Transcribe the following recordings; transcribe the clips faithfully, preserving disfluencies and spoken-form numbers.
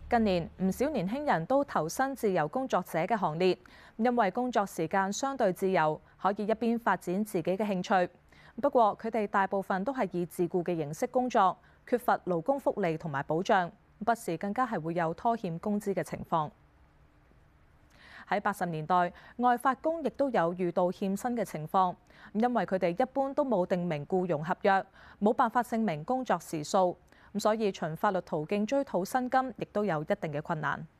近年唔少年輕人都投身自由工作者嘅行列，因為工作時間相對自由，可以一邊發展自己嘅興趣。不過佢哋大部分都係以自僱嘅形式工作，缺乏勞工福利同埋保障，不時更加係會有拖欠工資嘅情況。喺八十年代，外發工亦都有遇到欠薪嘅情況，因為佢哋一般都冇定明僱傭合約，冇辦法證明工作時數。咁所以循法律途徑追討薪金，亦都有一定嘅困難。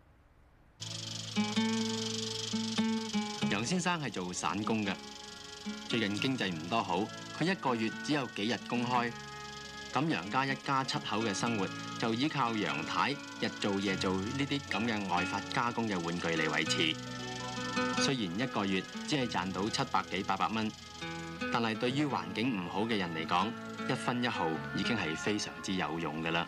楊先生係做散工嘅，最近經濟唔多好，佢一個月只有幾日公開。咁楊家一家七口嘅生活就依靠楊太日做夜做呢啲咁嘅外發加工嘅玩具嚟維持。雖然一個月只係賺到七百幾八百蚊，但係對於環境唔好嘅人嚟講，一分一毫已經係非常之有用㗎啦。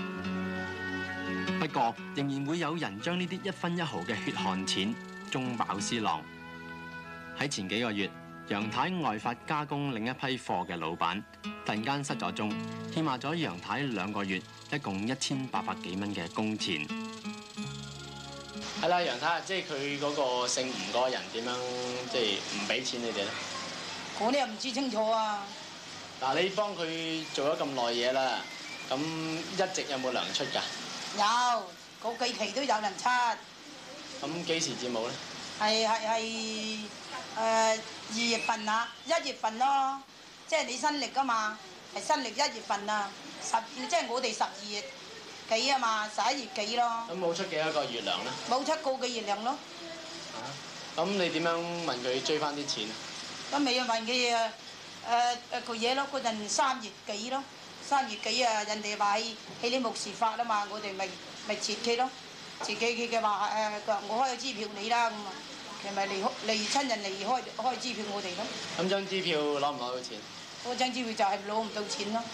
不過仍然會有人將呢啲一分一毫嘅血汗錢中飽私囊。喺前幾個月，楊太外發加工另一批貨嘅老闆突然間失咗蹤，欠下咗楊太兩個月，一共一千八百幾蚊嘅工錢。 係啦，楊太，即係佢嗰個姓吳嗰個人點樣，即係唔俾錢你哋咧？ 我哋又唔知清楚啊！ 嗱，你幫佢做咗咁耐嘢啦，咁一直有冇糧出㗎？ 有，嗰幾期都有人出。 咁幾時至冇咧？ 係係係誒二月份啊，一月份咯，即係你新歷㗎嘛，係新歷一月份啊，十即係我哋十二月幾啊嘛，十一月幾咯。 咁冇出幾多個月糧咧？ 冇出個幾月糧咯。 啊，咁你點樣問佢追翻啲錢啊？ 咁咪要問佢誒誒誒個嘢咯，嗰陣三月幾咯，三月幾啊，人哋話喺喺啲牧師發啊嘛，我哋咪咪截佢咯，截佢佢嘅話誒，佢話我開個支票你啦咁啊，佢咪嚟嚟親人嚟開開支票我哋咯。 咁張支票攞唔攞到錢？ 嗰張支票就係攞唔到錢咯。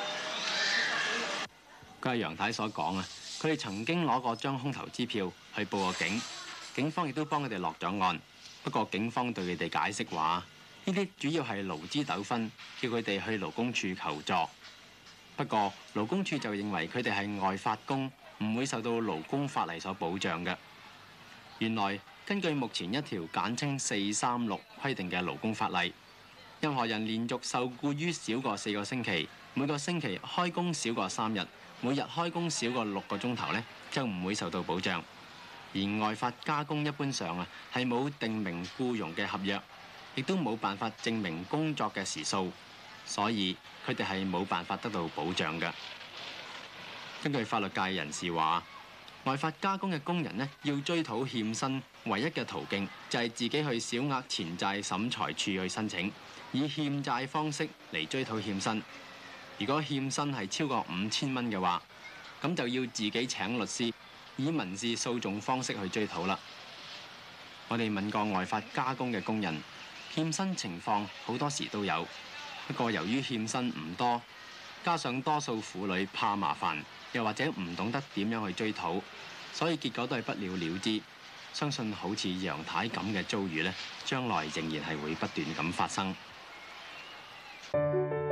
據阿楊太所講啊，佢哋曾經攞過張空頭支票去報過警，警方亦都幫佢哋落咗案。不過警方對佢哋解釋話，呢啲主要係勞資糾紛，叫佢哋去勞工處求助。不過勞工處就認為佢哋係外發工，唔會受到勞工法例所保障嘅。原來根據目前一條簡稱四三六規定嘅勞工法例，任何人連續受僱於少過四個星期，每個星期開工少過三日，每日開工少過六個鐘頭呢，就唔會受到保障。而外發加工一般上啊係冇定明僱傭嘅合約，亦都冇辦法證明工作嘅時數，所以佢哋係冇辦法得到保障嘅。根據法律界人士話，外發加工嘅工人呢，要追討欠薪，唯一嘅途徑就係自己去小額錢債審裁處去申請，以欠債方式嚟追討欠薪。如果欠薪係超過五千蚊嘅話，咁就要自己請律師，以民事訴訟方式去追討啦。我哋問過外發加工嘅工人，欠薪情況好多時都有，不過由於欠薪唔多，加上多數婦女怕麻煩，又或者唔懂得點樣去追討，所以結果都係不了了之。相信好似楊太咁嘅遭遇呢，將來仍然係會不斷咁發生。